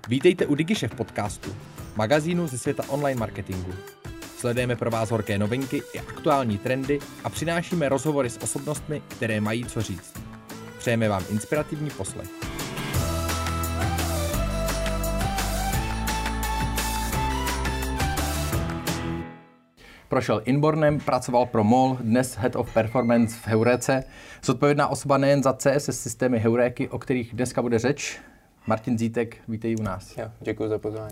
Vítejte u DigiShef podcastu, magazínu ze světa online marketingu. Sledujeme pro vás horké novinky i aktuální trendy a přinášíme rozhovory s osobnostmi, které mají co říct. Přejeme vám inspirativní poslech. Prošel Inbornem, pracoval pro MOL, dnes Head of Performance v Heuréce. Zodpovědná osoba nejen za CSS systémy Heuréky, o kterých dneska bude řeč. Martin Zítek, vítej u nás. Jo, děkuji za pozvání.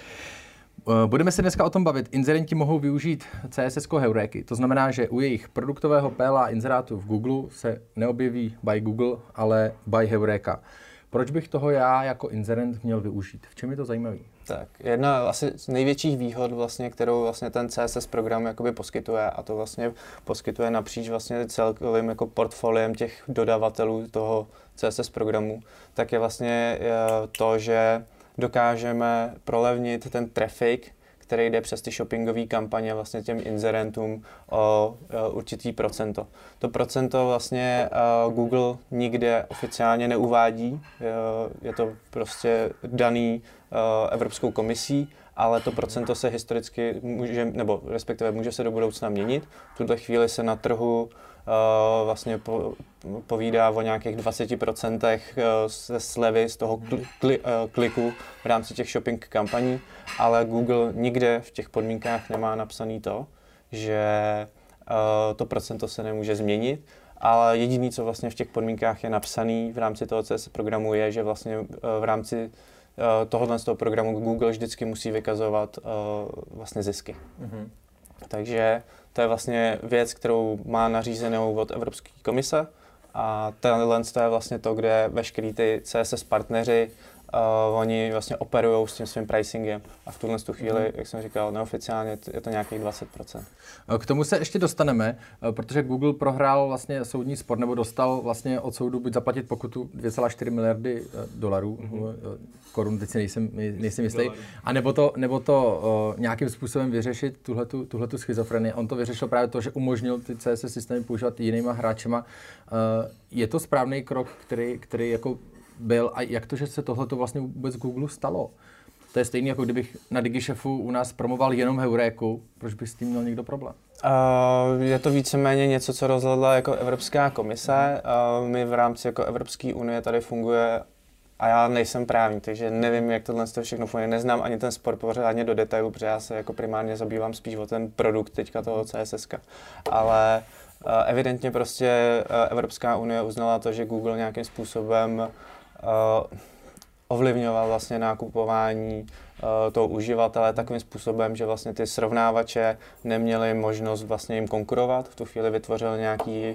Budeme se dneska o tom bavit. Inzerenti mohou využít CSS Heuréky. To znamená, že u jejich produktového PLA inzerátu v Google se neobjeví by Google, ale by Heuréka. Proč bych toho já jako inzerent měl využít? V čem je to zajímavý? Tak, jedna asi z největších výhod, vlastně, kterou vlastně ten CSS program jakoby poskytuje, a to vlastně poskytuje napříč vlastně celkovým jako portfoliem těch dodavatelů toho CSS programu, tak je vlastně to, že dokážeme prolevnit ten traffic, který jde přes ty shoppingové kampaně vlastně těm inzerentům o určitý procento. To procento vlastně Google nikde oficiálně neuvádí, je to prostě daný Evropskou komisí, ale to procento se historicky může, nebo respektive může se do budoucna měnit. V tuto chvíli se na trhu vlastně povídá o nějakých 20% ze slevy z toho kliku v rámci těch shopping kampaní, ale Google nikde v těch podmínkách nemá napsané to, že to procento se nemůže změnit, ale jediné, co vlastně v těch podmínkách je napsané v rámci toho CSS programu, je, že vlastně v rámci tohohle z toho programu Google vždycky musí vykazovat vlastně zisky. Mm-hmm. Takže to je vlastně věc, kterou má nařízenou od Evropské komise, a tenhle je vlastně to, kde veškerý ty CSS partneři oni vlastně operují s tím svým pricingem, a v tuhle chvíli, jak jsem říkal, neoficiálně je to nějakých 20%. K tomu se ještě dostaneme, protože Google prohrál vlastně soudní spor, nebo dostal vlastně od soudu buď zaplatit pokutu 2,4 miliardy dolarů, korun, teď si nejsem jistý, a nebo to nějakým způsobem vyřešit tuhletu schizofrenii. On to vyřešil právě to, že umožnil ty CSS systémy používat jinýma hráčema. Je to správný krok, který jako byl, a jak to, že se tohleto vlastně vůbec Google stalo? To je stejný, jako kdybych na DigiShefu u nás promoval jenom Heuréku. Proč by s tím měl někdo problém? Je to víceméně něco, co rozhodla jako Evropská komise. My v rámci jako Evropské unie tady funguje, a já nejsem právník, takže nevím, jak tohle všechno funguje. Neznám ani ten spor pořádně do detailu, protože já se jako primárně zabývám spíš o ten produkt teďka toho CSS. Ale evidentně prostě Evropská unie uznala to, že Google nějakým způsobem ovlivňoval vlastně nákupování toho uživatele takovým způsobem, že vlastně ty srovnávače neměly možnost vlastně jim konkurovat. V tu chvíli vytvořil nějaký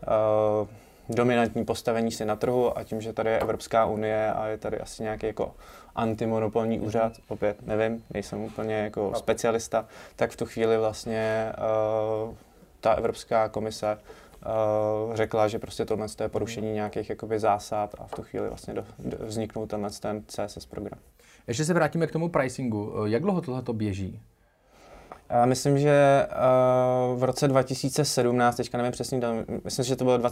dominantní postavení si na trhu, a tím, že tady je Evropská unie a je tady asi nějaký jako antimonopolní úřad, opět nevím, nejsem úplně jako specialista, tak v tu chvíli vlastně ta Evropská komise řekla, že prostě tohle je porušení nějakých jakoby zásad, a v tu chvíli vlastně vzniknul ten CSS program. Ještě se vrátíme k tomu pricingu. Jak dlouho tohleto běží? Myslím, že v roce 2017, teďka nevím přesně, myslím, že to bylo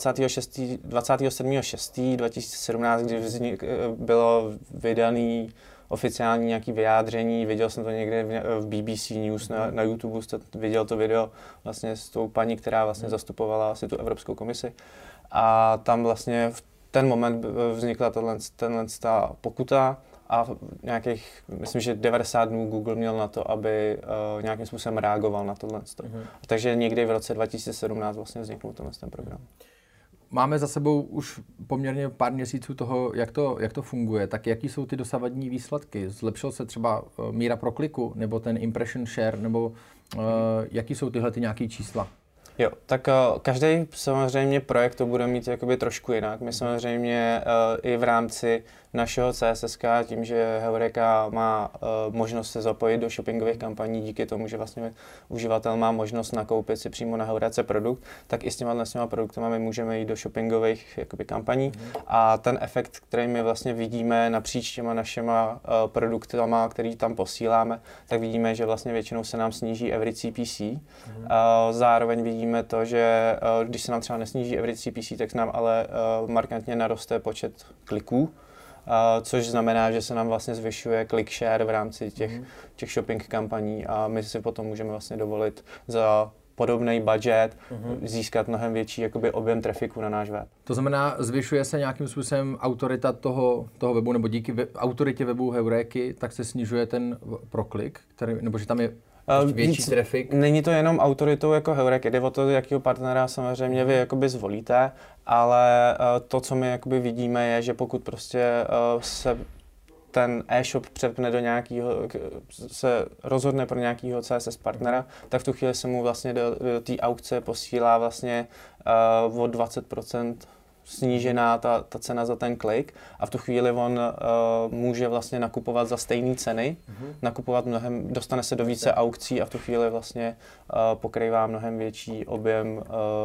27.6.2017, kdy bylo vydaný oficiální nějaké vyjádření, viděl jsem to někde v BBC News, na YouTube jste viděl to video vlastně s tou paní, která vlastně zastupovala asi tu Evropskou komisi, a tam vlastně v ten moment vznikla ta pokuta, a nějakých, myslím, že 90 dnů Google měl na to, aby nějakým způsobem reagoval na tohle. Takže někdy v roce 2017 vlastně vzniknul ten program. Máme za sebou už poměrně pár měsíců toho, jak to funguje. Tak jaký jsou ty dosavadní výsledky? Zlepšil se třeba míra prokliku, nebo ten impression share, nebo jaký jsou tyhle nějaké čísla? Jo, tak každý samozřejmě projekt to bude mít jakoby trošku jinak. My samozřejmě i v rámci našeho CSS, tím, že Heuréka má možnost se zapojit do shoppingových kampaní díky tomu, že vlastně uživatel má možnost nakoupit si přímo na Heuréce produkt, tak i s těma produktama my můžeme jít do shoppingových jakoby kampaní. A ten efekt, který my vlastně vidíme napříč těma našima produktama, který tam posíláme, tak vidíme, že vlastně většinou se nám sníží every CPC. Zároveň vidíme to, že když se nám třeba nesníží every CPC, tak se nám ale markantně naroste počet kliků. což znamená, že se nám vlastně zvyšuje click share v rámci těch shopping kampaní a my si potom můžeme vlastně dovolit za podobný budget získat mnohem větší jakoby objem trafiku na náš web. To znamená, zvyšuje se nějakým způsobem autorita toho webu, nebo díky autoritě webu Heuréky, tak se snižuje ten proklik, nebo že tam je větší trafik? Není to jenom autoritou jako Heuréky, jde o to, jakýho partnera samozřejmě vy jakoby zvolíte, ale to, co my jakoby vidíme, je, že pokud prostě se ten e-shop přepne do nějakého, se rozhodne pro nějakého CSS partnera, tak v tu chvíli se mu vlastně do té aukce posílá vlastně o 20% snížená ta cena za ten klik a v tu chvíli on může vlastně nakupovat za stejné ceny, nakupovat dostane se do více aukcí a v tu chvíli vlastně pokrývá mnohem větší objem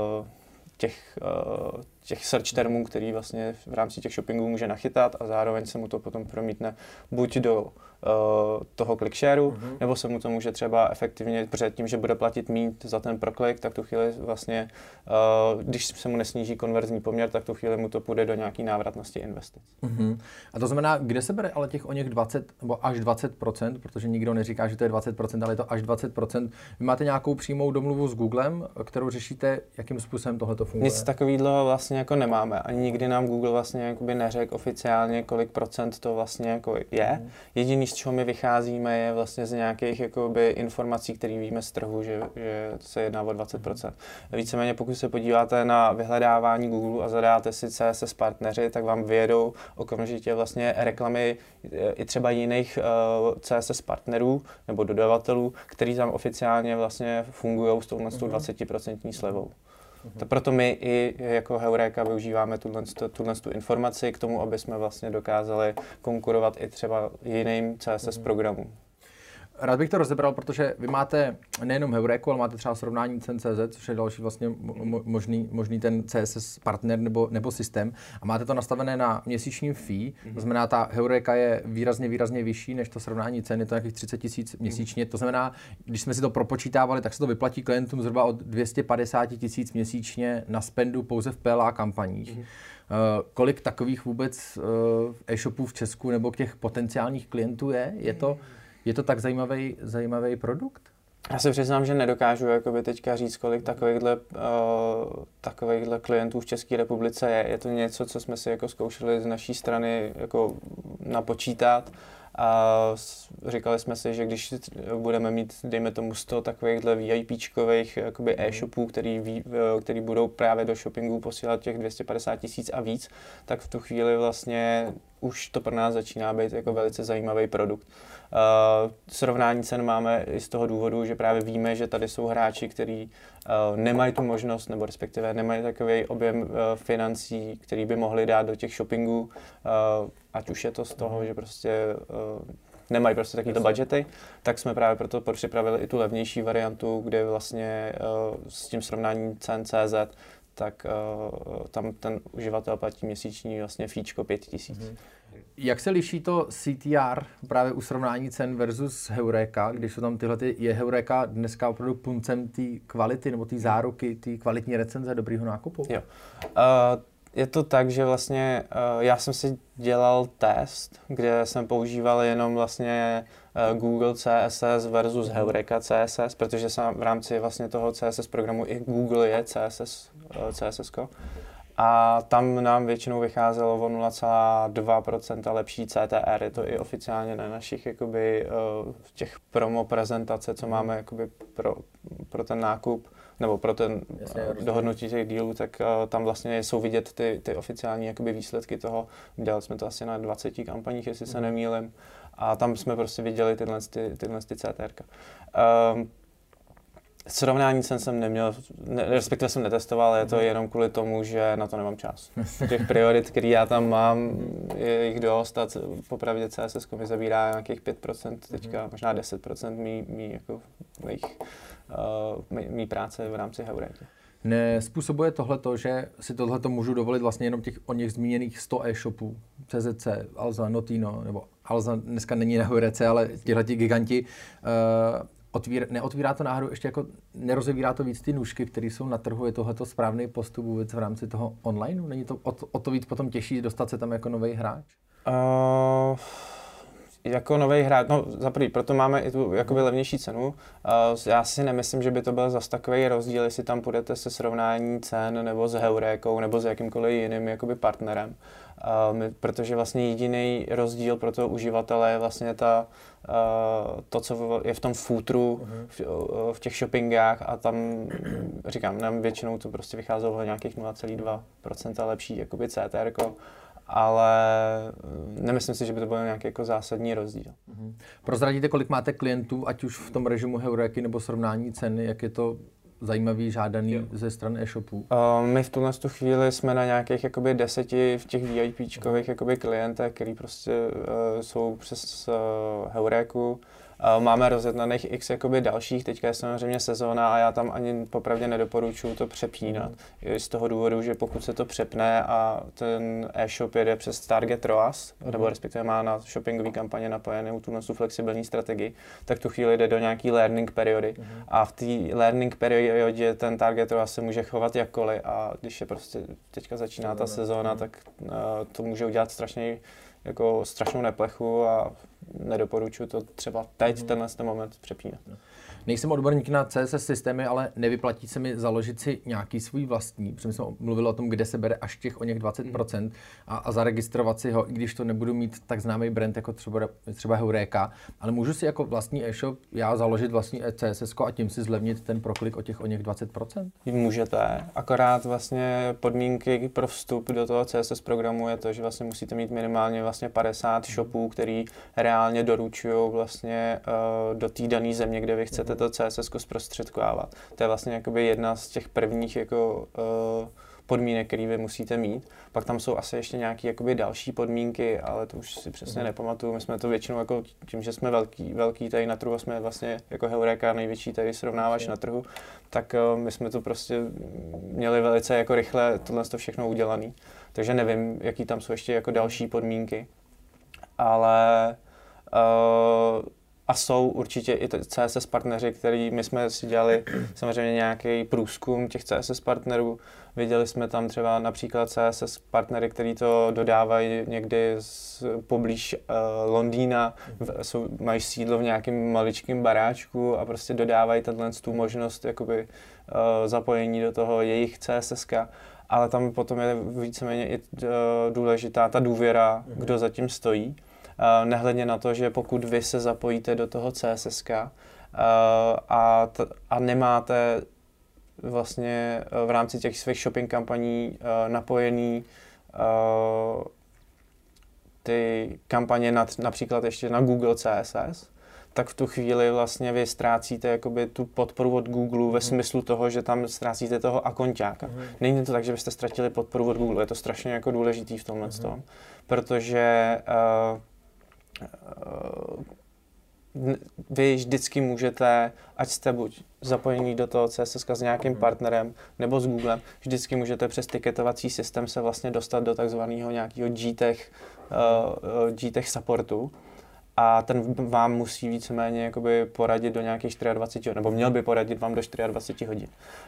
těch search termů, který vlastně v rámci těch shoppingů může nachytat a zároveň se mu to potom promítne buď do toho clickshareu, nebo se mu to může třeba efektivně, protože tím, že bude platit míň za ten proklik, tak tu chvíli vlastně, když se mu nesníží konverzní poměr, tak tu chvíli mu to půjde do nějaký návratnosti investic. A to znamená, kde se bere ale těch o něch 20 nebo až 20%, protože nikdo neříká, že to je 20%, ale je to až 20%. Vy máte nějakou přímou domluvu s Googlem, kterou řešíte, jakým způsobem tohle funguje? Nic takového vlastně jako nemáme. Ani nikdy nám Google vlastně jakoby neřekl oficiálně, kolik procent to vlastně jako je. Jediný, z čeho my vycházíme, je vlastně z nějakých jakoby informací, které víme z trhu, že se jedná o 20%. Víceméně pokud se podíváte na vyhledávání Google a zadáte si CSS partneři, tak vám vyjedou okamžitě vlastně reklamy i třeba jiných CSS partnerů nebo dodavatelů, kteří tam oficiálně vlastně fungují s touhle 20% slevou. Proto my i jako Heuréka využíváme tuhle informaci k tomu, aby jsme vlastně dokázali konkurovat i třeba jiným CSS programům. Rád bych to rozebral, protože vy máte nejenom Heuréku, ale máte třeba srovnání cen.cz, což je další vlastně možný ten CSS partner nebo systém. A máte to nastavené na měsíčním fee, to znamená, ta Heuréka je výrazně vyšší než to srovnání cen, je to nějakých 30 000 měsíčně. To znamená, když jsme si to propočítávali, tak se to vyplatí klientům zhruba od 250 000 měsíčně na spendu pouze v PLA kampaních. Kolik takových vůbec e-shopů v Česku nebo těch potenciálních klientů je? Je to tak zajímavý produkt? Já se přiznám, že nedokážu jakoby teďka říct, kolik takovýchhle klientů v České republice je. Je to něco, co jsme si jako zkoušeli z naší strany jako napočítat. A říkali jsme si, že když budeme mít, dejme tomu 100 takovýchhle VIPčkových e-shopů, který budou právě do shoppingu posílat těch 250 000 a víc, tak v tu chvíli vlastně už to pro nás začíná být jako velice zajímavý produkt. Srovnání cen máme i z toho důvodu, že právě víme, že tady jsou hráči, kteří nemají tu možnost, nebo respektive nemají takový objem financí, který by mohli dát do těch shoppingů, ať už je to z toho, že prostě nemají prostě takovýto budgety, tak jsme právě proto připravili i tu levnější variantu, kde vlastně s tím srovnáním cen.cz, tak tam ten uživatel platí měsíční vlastně fíčko 5 000. Jak se liší to CTR právě u srovnání cen versus Heuréka, když jsou tam je Heuréka dneska opravdu puncem té kvality nebo té záruky, té kvalitní recenze dobrýho nákupu? Jo. Je to tak, že vlastně já jsem si dělal test, kde jsem používal jenom vlastně Google CSS versus Heuréka CSS, protože v rámci vlastně toho CSS programu i Google je CSS. A tam nám většinou vycházelo o 0,2% lepší CTR. Je to i oficiálně na našich jakoby, těch promo prezentace, co máme jakoby, pro ten nákup, nebo pro ten dohodnutí těch dílů, tak tam vlastně jsou vidět ty oficiální jakoby, výsledky toho. Dělali jsme to asi na 20 kampaních, jestli se nemýlim. A tam jsme prostě viděli tyhle CTR. Srovnání cen jsem neměl, respektive jsem netestoval, je to jenom kvůli tomu, že na to nemám čas. Těch priorit, které já tam mám, je jich dost a popravdě CSS mi zabírá nějakých 5%, teďka možná 10% mý práce v rámci Heuréky. Nespůsobuje tohleto, že si tohleto můžu dovolit vlastně jenom těch o něch zmíněných 100 e-shopů, CZC, Alza, Notino, nebo Alza dneska není na Heuréce, ale tihleti giganti, neotvírá to náhodou ještě jako, nerozevírá to víc ty nůžky, které jsou na trhu, je tohleto správný postup vůbec v rámci toho online? Není to o to víc potom těžší dostat se tam jako nový hráč? Jako nový hráč, no za prvý, proto máme i tu jakoby levnější cenu. Já si nemyslím, že by to byl zas takový rozdíl, jestli tam půjdete se srovnání cen nebo s Heurékou nebo s jakýmkoliv jiným jakoby partnerem. Protože vlastně jediný rozdíl pro toho uživatele je vlastně to, co je v tom futru, v těch shoppingách a tam, říkám, nám většinou to prostě vycházelo o nějakých 0,2% lepší jakoby CTR-ko. Ale nemyslím si, že by to byl nějaký jako zásadní rozdíl. Prozradíte, kolik máte klientů, ať už v tom režimu Heuréky nebo srovnání ceny, jak je to zajímavý, žádaný ze strany e-shopů? My v tuhle chvíli jsme na nějakých jakoby 10 v těch VIPčkových jakoby klientech, který prostě jsou přes Heuréku. Máme rozjednaných x jakoby dalších, teďka je samozřejmě sezóna a já tam ani popravdě nedoporučuji to přepínat. I z toho důvodu, že pokud se to přepne a ten e-shop jede přes Target ROAS, nebo respektive má na shoppingové kampaně napojenou tu flexibilní strategii, tak tu chvíli jde do nějaký learning periody. A v té learning periodě ten Target ROAS se může chovat jakkoliv a když je prostě teďka začíná ta sezóna, tak to může udělat strašnou neplechu a nedoporučuji to třeba teď, ten moment přepínat. Nejsem odborník na CSS systémy, ale nevyplatí se mi založit si nějaký svůj vlastní, protože jsme mluvili o tom, kde se bere až těch o něch 20% a zaregistrovat si ho, i když to nebudu mít tak známý brand jako třeba Heuréka, ale můžu si jako vlastní e-shop já založit vlastní CSS a tím si zlevnit ten proklik o něch 20%? Můžete, akorát vlastně podmínky pro vstup do toho CSS programu je to, že vlastně musíte mít minimálně vlastně 50 shopů, který reálně doručují vlastně do té dané země, kde vy chcete to CSS zprostředkovávat. To je vlastně jakoby jedna z těch prvních podmínek, které vy musíte mít. Pak tam jsou asi ještě nějaké jakoby další podmínky, ale to už si přesně nepamatuju. My jsme to většinou jako tím, že jsme velký tady na trhu, jsme vlastně jako Heuréka největší tady srovnávač na trhu, tak my jsme to prostě měli velice jako rychle tohle všechno udělané. Takže nevím, jaký tam jsou ještě jako další podmínky, ale a jsou určitě i CSS partneři, který my jsme si dělali samozřejmě nějaký průzkum těch CSS partnerů. Viděli jsme tam třeba například CSS partnery, který to dodávají někdy poblíž Londýna, mají sídlo v nějakém maličkém baráčku a prostě dodávají tu možnost jakoby, zapojení do toho jejich CSS-ka. Ale tam potom je víceméně i důležitá ta důvěra, kdo za tím stojí. Nehledně na to, že pokud vy se zapojíte do toho CSS a nemáte vlastně v rámci těch svých shopping kampaní napojený ty kampaně například ještě na Google CSS, tak v tu chvíli vlastně vy ztrácíte jakoby tu podporu od Google ve smyslu toho, že tam ztrácíte toho akonťáka. Není to tak, že byste ztratili podporu od Google, je to strašně jako důležitý v tomhle tom, protože vy vždycky můžete, ať jste buď zapojení do toho CSS s nějakým partnerem nebo s Googlem, vždycky můžete přes tiketovací systém se vlastně dostat do takzvaného nějakého G-Tech supportu a ten vám musí víceméně jakoby poradit do nějakých 24 hodin, nebo měl by poradit vám do 24 hodin.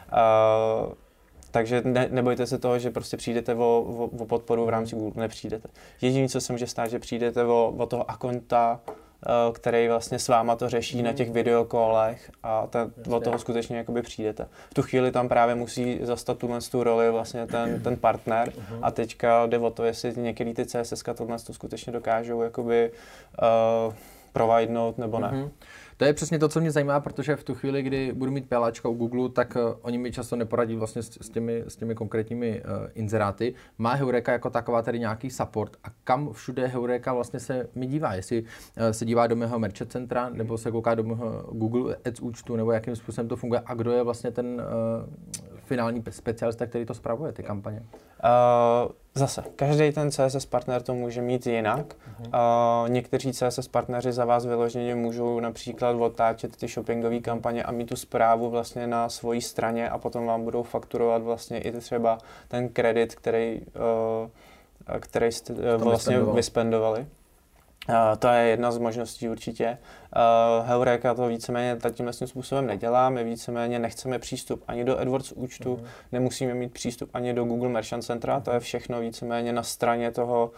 Takže nebojte se toho, že prostě přijdete o podporu v rámci Google, nepřijdete. Jediné, co se může stát, že přijdete o toho akonta, který vlastně s váma to řeší na těch videokolech a od toho skutečně jakoby přijdete. V tu chvíli tam právě musí zastat tu roli vlastně ten partner a teďka jde o to, jestli některý ty CSS tohle skutečně dokážou jakoby providenout nebo ne. To je přesně to, co mě zajímá, protože v tu chvíli, kdy budu mít PLAčka u Google, tak oni mi často neporadí vlastně s těmi konkrétními inzeráty. Má Heuréka jako taková tady nějaký support a kam všude Heuréka vlastně se mi dívá? Jestli se dívá do mého merchant centra, nebo se kouká do mého Google Ads účtu, nebo jakým způsobem to funguje a kdo je vlastně ten finální specialista, který to spravuje, ty kampaně? Zase, každý ten CSS partner to může mít jinak. Někteří CSS partneři za vás vyloženě můžou například otáčet ty shoppingové kampaně a mít tu zprávu vlastně na svojí straně a potom vám budou fakturovat vlastně i třeba ten kredit, který jste vlastně vyspendovali. To je jedna z možností určitě. Heureka to víceméně tímhle způsobem nedělá, my víceméně nechceme přístup ani do AdWords účtu, nemusíme mít přístup ani do Google Merchant Centra, to je všechno víceméně na straně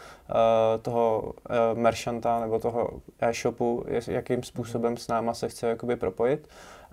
toho merchanta nebo toho e-shopu, jakým způsobem s náma se chce jakoby propojit.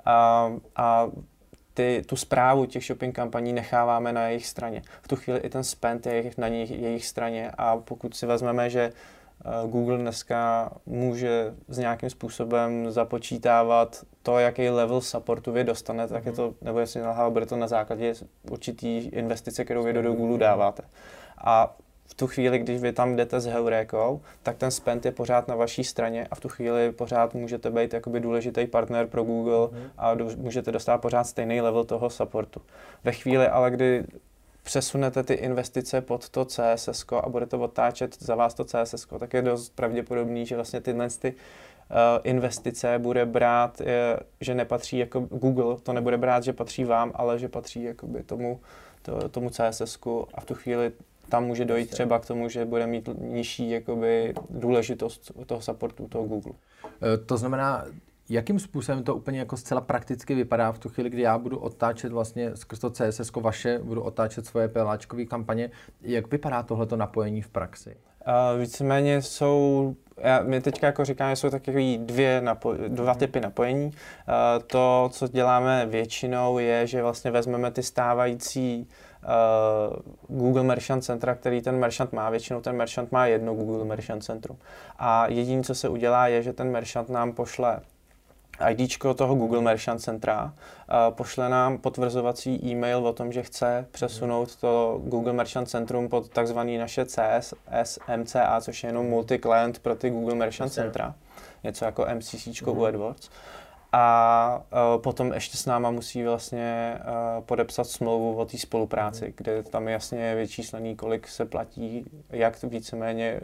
A tu správu těch shopping kampaní necháváme na jejich straně. V tu chvíli i ten spend je na jejich straně a pokud si vezmeme, že Google dneska může s nějakým způsobem započítávat to, jaký level supportu vy dostanete, tak je to, nebo jestli nalhává, bude to na základě určitý investice, kterou vy do Google dáváte. A v tu chvíli, když vy tam jdete s Heurékou, tak ten spend je pořád na vaší straně a v tu chvíli pořád můžete být jakoby důležitý partner pro Google a můžete dostat pořád stejný level toho supportu. Ve chvíli ale, kdy přesunete ty investice pod to CSS a budete otáčet za vás to CSS, tak je dost pravděpodobný, že vlastně tyhle investice bude brát, že nepatří jako Google, to nebude brát, že patří vám, ale že patří jakoby tomu CSS a v tu chvíli tam může dojít třeba k tomu, že bude mít nižší jakoby důležitost toho supportu toho Google. To znamená, jakým způsobem to úplně jako zcela prakticky vypadá v tu chvíli, kdy já budu otáčet vlastně skrz to CSS vaše, budu otáčet svoje PLAčkové kampaně, jak vypadá tohleto napojení v praxi? Víceméně my teďka jako říkáme, jsou takové dva typy napojení. To, co děláme většinou, je, že vlastně vezmeme ty stávající Google Merchant Centra, který ten merchant má. Většinou ten merchant má jedno Google Merchant Centrum. A jediné, co se udělá, je, že ten merchant nám pošle IDčko toho Google Merchant Centra, pošle nám potvrzovací e-mail o tom, že chce přesunout to Google Merchant Centrum pod takzvaný naše CSS MCA, což je jenom multi-client pro ty Google Merchant Centra, něco jako MCCčko u AdWords. A potom ještě s náma musí vlastně podepsat smlouvu o té spolupráci, kde tam jasně je vyčíslený, kolik se platí, jak víceméně,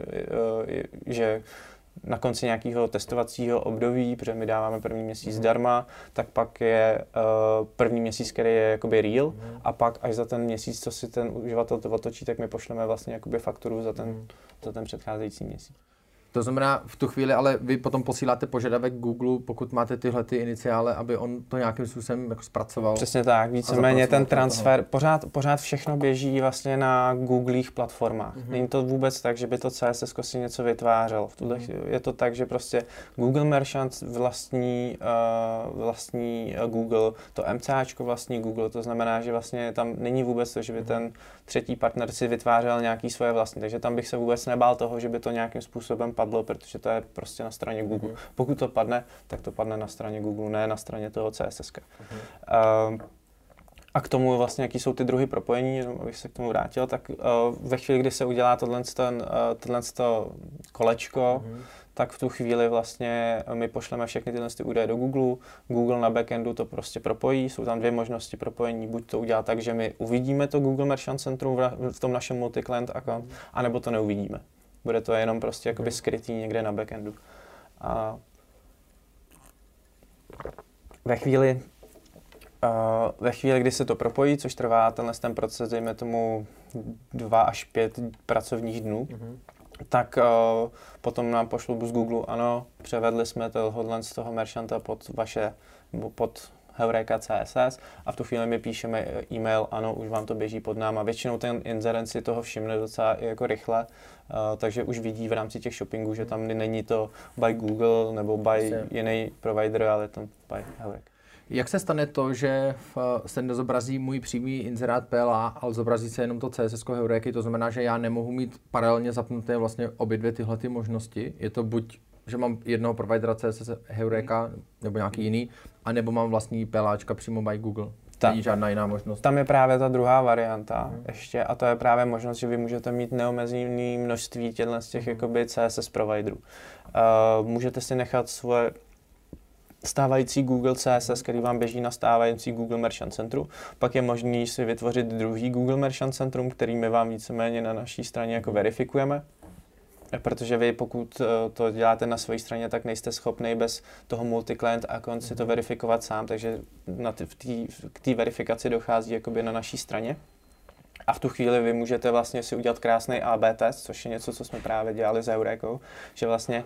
že na konci nějakého testovacího období, protože my dáváme první měsíc zdarma, tak pak je první měsíc, který je jakoby real, a pak až za ten měsíc, co si ten uživatel to otočí, tak my pošleme vlastně jakoby fakturu za ten předcházející měsíc. To znamená, v tu chvíli ale vy potom posíláte požadavek Google, pokud máte tyhle ty iniciále, aby on to nějakým způsobem jako zpracoval. Přesně tak, víceméně ten transfer, pořád všechno běží vlastně na Googlích platformách. Není to vůbec tak, že by to CSS si něco vytvářel. Je to tak, že prostě Google Merchant vlastní Google, to MCAčko vlastní Google, to znamená, že vlastně tam není vůbec to, že by ten třetí partner si vytvářel nějaký svoje vlastní, takže tam bych se vůbec nebál toho, že by to nějakým způsobem padlo, protože to je prostě na straně Google. Pokud to padne, tak to padne na straně Google, ne na straně toho CSS. A k tomu vlastně, jaký jsou ty druhy propojení, jenom abych se k tomu vrátil, tak ve chvíli, kdy se udělá tohle kolečko, tak v tu chvíli vlastně my pošleme všechny tyhle údaje do Google. Google na backendu to prostě propojí. Jsou tam dvě možnosti propojení. Buď to udělá tak, že my uvidíme to Google Merchant Centrum v tom našem multi-client account, anebo to neuvidíme. Bude to jenom prostě jakoby skrytý někde na backendu. A ve chvíli, kdy se to propojí, což trvá ten proces, dejme tomu 2 až 5 pracovních dnů, tak potom nám pošlu z Google, ano, převedli jsme tohle z toho merchanta pod Heureka CSS a v tu chvíli my píšeme e-mail, ano, už vám to běží pod náma. Většinou ten inzerent si toho všimne docela jako rychle, takže už vidí v rámci těch shoppingů, že tam není to by Google nebo by jiný provider, ale tam by Heureka. Jak se stane to, že se nezobrazí můj přímý inzerát PLA, ale zobrazí se jenom to CSS Heureky, to znamená, že já nemohu mít paralelně zapnuté vlastně obě dvě tyhle ty možnosti. Je to buď, že mám jednoho providera CSS Heureka nebo nějaký jiný, anebo mám vlastní PLAčka přímo by Google. Není žádná jiná možnost. Tam je právě ta druhá varianta ještě a to je právě možnost, že vy můžete mít neomezené množství z těch jakoby CSS providerů. Můžete si nechat svoje stávající Google CSS, který vám běží na stávající Google Merchant Centru. Pak je možný si vytvořit druhý Google Merchant Centrum, který my vám víceméně na naší straně jako verifikujeme. Protože vy, pokud to děláte na své straně, tak nejste schopný bez toho multi-client account si to verifikovat sám, takže k té verifikaci dochází jakoby na naší straně. A v tu chvíli vy můžete vlastně si udělat krásný A/B test, což je něco, co jsme právě dělali s Heurékou, že vlastně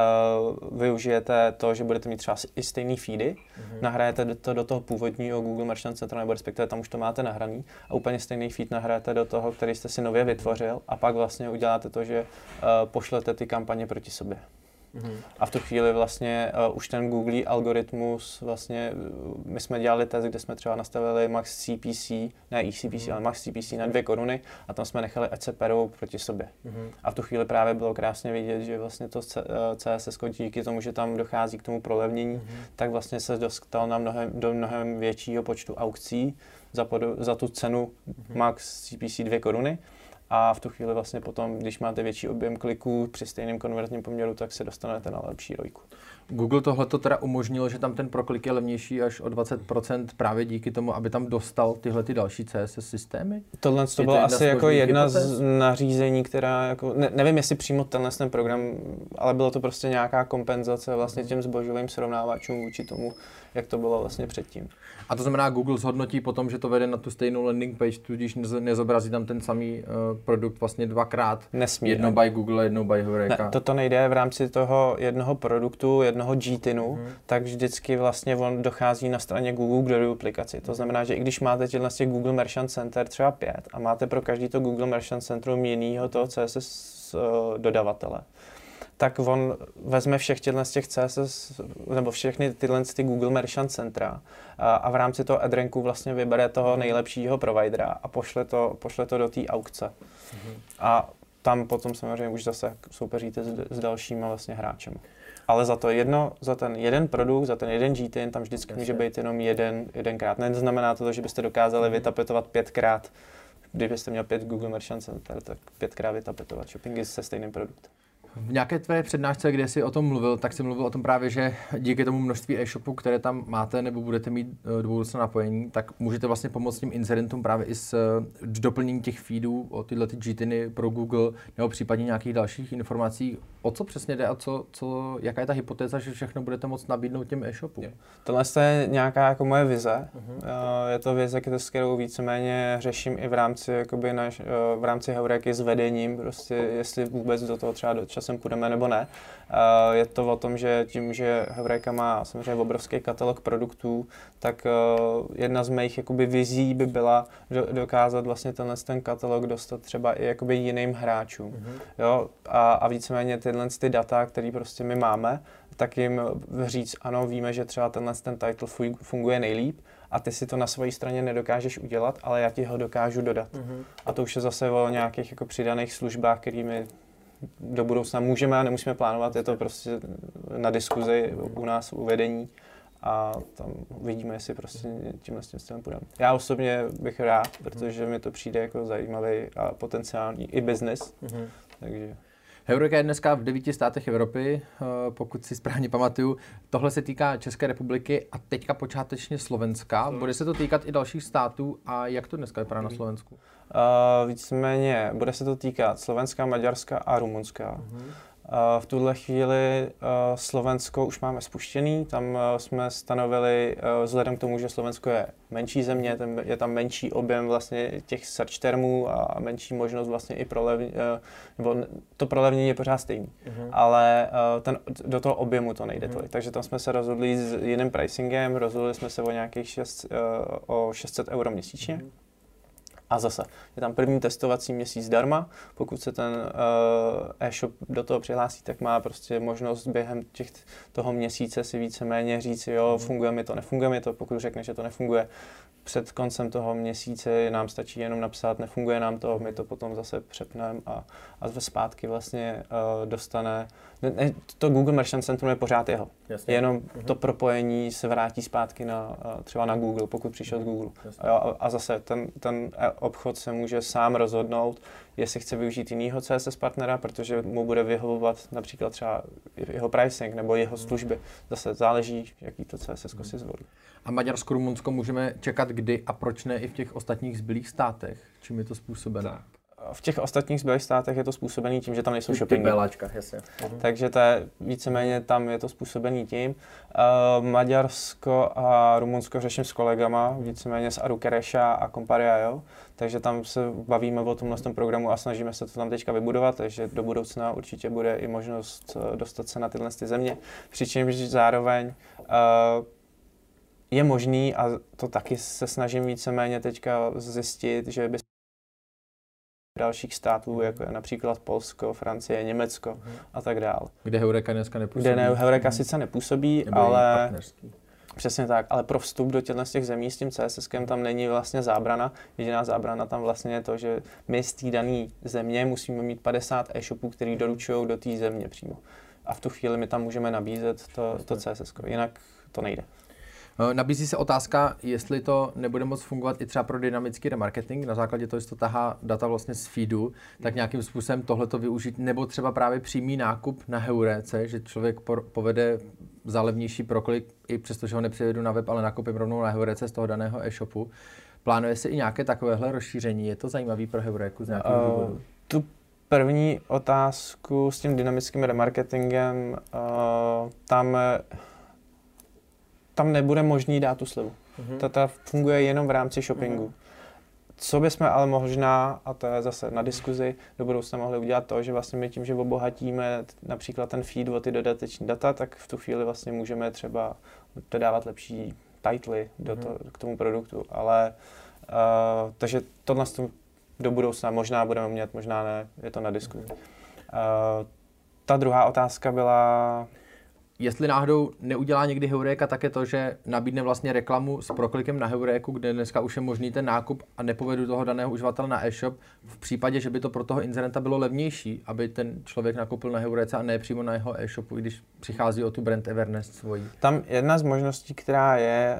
využijete to, že budete mít třeba i stejný feedy, nahrajete to do toho původního Google Merchant Center, nebo respektive tam už to máte nahraný, a úplně stejný feed nahrajete do toho, který jste si nově vytvořil, a pak vlastně uděláte to, že pošlete ty kampaně proti sobě. A v tu chvíli vlastně už ten Google algoritmus, vlastně my jsme dělali test, kde jsme třeba nastavili max CPC, ne eCPC, ale max CPC na 2 koruny, a tam jsme nechali, ať se perou proti sobě. A v tu chvíli právě bylo krásně vidět, že vlastně to CSS díky tomu, že tam dochází k tomu prolevnění, tak vlastně se dostal do mnohem většího počtu aukcí za tu cenu max CPC 2 koruny. A v tu chvíli vlastně potom, když máte větší objem kliků při stejném konvertním poměru, tak se dostanete na lepší ROIku. Google tohleto teda umožnilo, že tam ten proklik je levnější až o 20% právě díky tomu, aby tam dostal tyhle ty další CSS systémy? Tohle to bylo asi jako jedna z nařízení, která jako, nevím jestli přímo ten program, ale bylo to prostě nějaká kompenzace vlastně těm zbožovým srovnávačům vůči tomu, jak to bylo vlastně předtím. A to znamená, Google zhodnotí potom, že to vede na tu stejnou landing page, tudíž nezobrazí tam ten samý produkt vlastně dvakrát. Nesmí. Jedno by Google, jedno by Heuréka. Ne, toto nejde v rámci toho jednoho produktu, jednoho GTINu, tak vždycky vlastně on dochází na straně Google k duplikaci. To znamená, že i když máte těch Google Merchant Center třeba 5 a máte pro každý to Google Merchant Centrum jinýho toho CSS dodavatele, tak on vezme všech těch CSS, nebo všechny tyhle Google Merchant Centra a v rámci toho AdRanku vlastně vybere toho nejlepšího providera a pošle to do té aukce. A tam potom samozřejmě už zase soupeříte s dalšíma vlastně hráčem. Ale za ten jeden produkt, za ten jeden GTIN, tam vždycky může být jenom jedenkrát. Neznamená to, že byste dokázali vytapetovat 5krát, kdybyste měl 5 Google Merchant Center, tak 5krát vytapetovat shoppingy se stejným produktem. V nějaké tvé přednášce, kde jsi o tom mluvil, tak jsi mluvil o tom právě, že díky tomu množství e-shopů, které tam máte nebo budete mít do budoucna napojení, tak můžete vlastně pomoct tím incidentům právě i s doplněním těch feedů o tyhle ty GTINy pro Google nebo případně nějakých dalších informací. O co přesně jde a jaká je ta hypotéza, že všechno budete moct nabídnout těm e-shopům? Tohle je nějaká jako moje vize. Je to vize, s kterou víceméně řeším i v rámci Heuréky s vedením, prostě jestli vůbec do toho třeba časem půjdeme nebo ne. Je to o tom, že tím, že Heuréka má samozřejmě obrovský katalog produktů, tak jedna z mých jakoby vizí by byla dokázat vlastně ten katalog dostat třeba i jakoby jiným hráčům. Jo? A víceméně ty data, které prostě my máme, tak jim říct, ano, víme, že třeba ten title funguje nejlíp a ty si to na své straně nedokážeš udělat, ale já ti ho dokážu dodat. A to už je zase o nějakých jako přidaných službách, kterými do budoucna můžeme a nemusíme plánovat, je to prostě na diskuzi u nás, u vedení a tam vidíme, jestli prostě tímhle stylem půjdeme. Já osobně bych rád, protože mi to přijde jako zajímavý a potenciální i business, takže... Heuréka je dneska v 9 státech Evropy, pokud si správně pamatuju. Tohle se týká České republiky a teďka počátečně Slovenska. Bude se to týkat i dalších států a jak to dneska vypadá na Slovensku? Víceméně bude se to týkat Slovenska, Maďarska a Rumunska. V tuhle chvíli Slovensko už máme spuštěný, tam jsme stanovili, vzhledem k tomu, že Slovensko je menší země, je tam menší objem vlastně těch search termů a menší možnost vlastně i nebo to prolevnění je pořád stejný, ale do toho objemu to nejde tolik. Takže tam jsme se rozhodli s jiným pricingem, rozhodli jsme se o nějakých 600 € měsíčně. A zase, je tam první testovací měsíc zdarma, pokud se ten e-shop do toho přihlásí, tak má prostě možnost během toho měsíce si víceméně říct, jo, funguje mi to, nefunguje mi to, pokud řekne, že to nefunguje. Před koncem toho měsíce nám stačí jenom napsat, nefunguje nám to, my to potom zase přepneme a zpátky vlastně dostane, to Google Merchant Centrum je pořád jeho. Jasně. Jenom to propojení se vrátí zpátky třeba na Google, pokud přišel z Google. A zase ten obchod se může sám rozhodnout, jestli chce využít jinýho CSS partnera, protože mu bude vyhovovat například třeba jeho pricing nebo jeho služby. Zase záleží, jaký to CSS si zvolí. A Maďarsko, Rumunsko můžeme čekat kdy a proč ne i v těch ostatních zbylých státech? Čím je to způsobeno? v těch ostatních zbylých státech je to způsobený tím, že tam nejsou shoppingy. Jasně. Takže to je víceméně tam je to způsobený tím. Maďarsko a Rumunsko řeším s kolegama, víceméně z Arukereša a Comparia, takže tam se bavíme o tomhle programu a snažíme se to tam teďka vybudovat, takže do budoucna určitě bude i možnost dostat se na tyhle země. Přičemž zároveň je možný, a to taky se snažím víceméně teďka zjistit, že by dalších států, jako je například Polsko, Francie, Německo a tak dál. Kde Heureka dneska nepůsobí. Kde Heureka sice nepůsobí, ale přesně tak, ale pro vstup do těch zemí s tím CSSkem tam není vlastně zábrana. Jediná zábrana tam vlastně je to, že my z té dané země musíme mít 50 e-shopů, který doručují do té země přímo. A v tu chvíli my tam můžeme nabízet to CSSko, jinak to nejde. Nabízí se otázka, jestli to nebude moc fungovat i třeba pro dynamický remarketing, na základě toho, že to tahá data vlastně z feedu, tak nějakým způsobem tohleto využít, nebo třeba právě přímý nákup na Heurece, že člověk povede za levnější proklik, i přesto, že ho nepřivedu na web, ale nakoupím rovnou na Heurece z toho daného e-shopu. Plánuje se i nějaké takovéhle rozšíření? Je to zajímavý pro Heureku z nějakého důvodu? Tu první otázku s tím dynamickým remarketingem, tam nebude možný dát tu slevu. Ta funguje jenom v rámci shoppingu. Co bychom ale možná, a to je zase na diskuzi, do budoucna mohli udělat to, že vlastně my tím, že obohatíme například ten feed o ty dodateční data, tak v tu chvíli vlastně můžeme třeba dodávat lepší titly k tomu produktu. Ale takže tohle do budoucna možná budeme mít, možná ne, je to na diskuzi. Ta druhá otázka byla... Jestli náhodou neudělá někdy Heureka také to, že nabídne vlastně reklamu s proklikem na Heureku, kde dneska už je možný ten nákup a nepovedu toho daného uživatele na e-shop, v případě, že by to pro toho inzerenta bylo levnější, aby ten člověk nakoupil na Heurece a ne přímo na jeho e-shopu, i když přichází o tu brand awareness svojí. Tam jedna z možností, která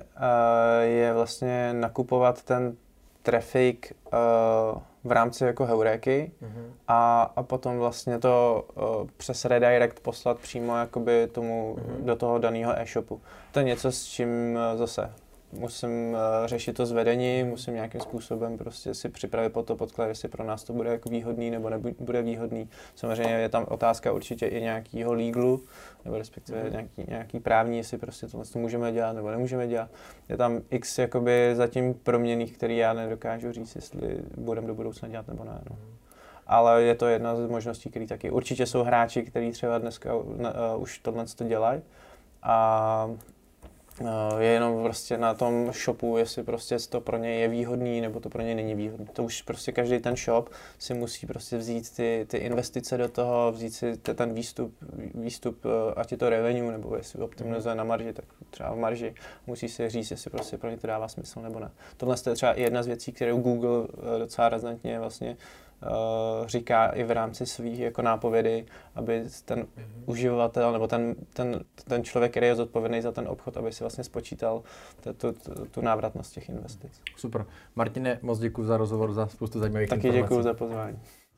je vlastně nakupovat ten traffic v rámci jako Heureky a potom vlastně to přes redirect poslat přímo jakoby tomu do toho daného e-shopu. To je něco, s čím zase musím řešit to zvedení, musím nějakým způsobem prostě si připravit po to podklad, jestli pro nás to bude jako výhodný nebo nebude výhodný. Samozřejmě je tam otázka určitě i nějakého legalu, nebo respektive nějaký právní, jestli prostě tohle můžeme dělat nebo nemůžeme dělat. Je tam x jakoby zatím proměnných, který já nedokážu říct, jestli budeme do budoucna dělat nebo ne. No. Ale je to jedna z možností, které taky určitě jsou hráči, kteří třeba dneska už tohle dělají. A je jenom prostě na tom shopu, jestli prostě to pro něj je výhodný, nebo to pro něj není výhodný. To už prostě každý ten shop si musí prostě vzít ty investice do toho, vzít si ten výstup, ať je to revenue, nebo jestli optimalizuje na marži, tak třeba v marži. Musí si říct, jestli prostě pro ně to dává smysl nebo ne. Tohle je třeba jedna z věcí, kterou Google docela razantně vlastně říká i v rámci svých jako nápovědy, aby ten uživatel nebo ten člověk, který je zodpovědný za ten obchod, aby si vlastně spočítal tu návratnost těch investic. Super. Martine, moc děkuji za rozhovor, za spoustu zajímavých informací. Taky děkuji za pozvání.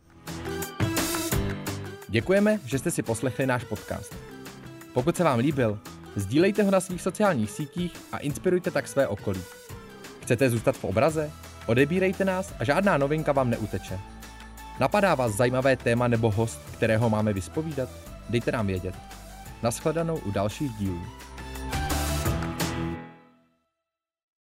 Děkujeme, že jste si poslechli náš podcast. Pokud se vám líbil, sdílejte ho na svých sociálních sítích a inspirujte tak své okolí. Chcete zůstat v obraze? Odebírejte nás a žádná novinka vám neuteče. Napadá vás zajímavé téma nebo host, kterého máme vyspovídat? Dejte nám vědět. Nashledanou u dalších dílů.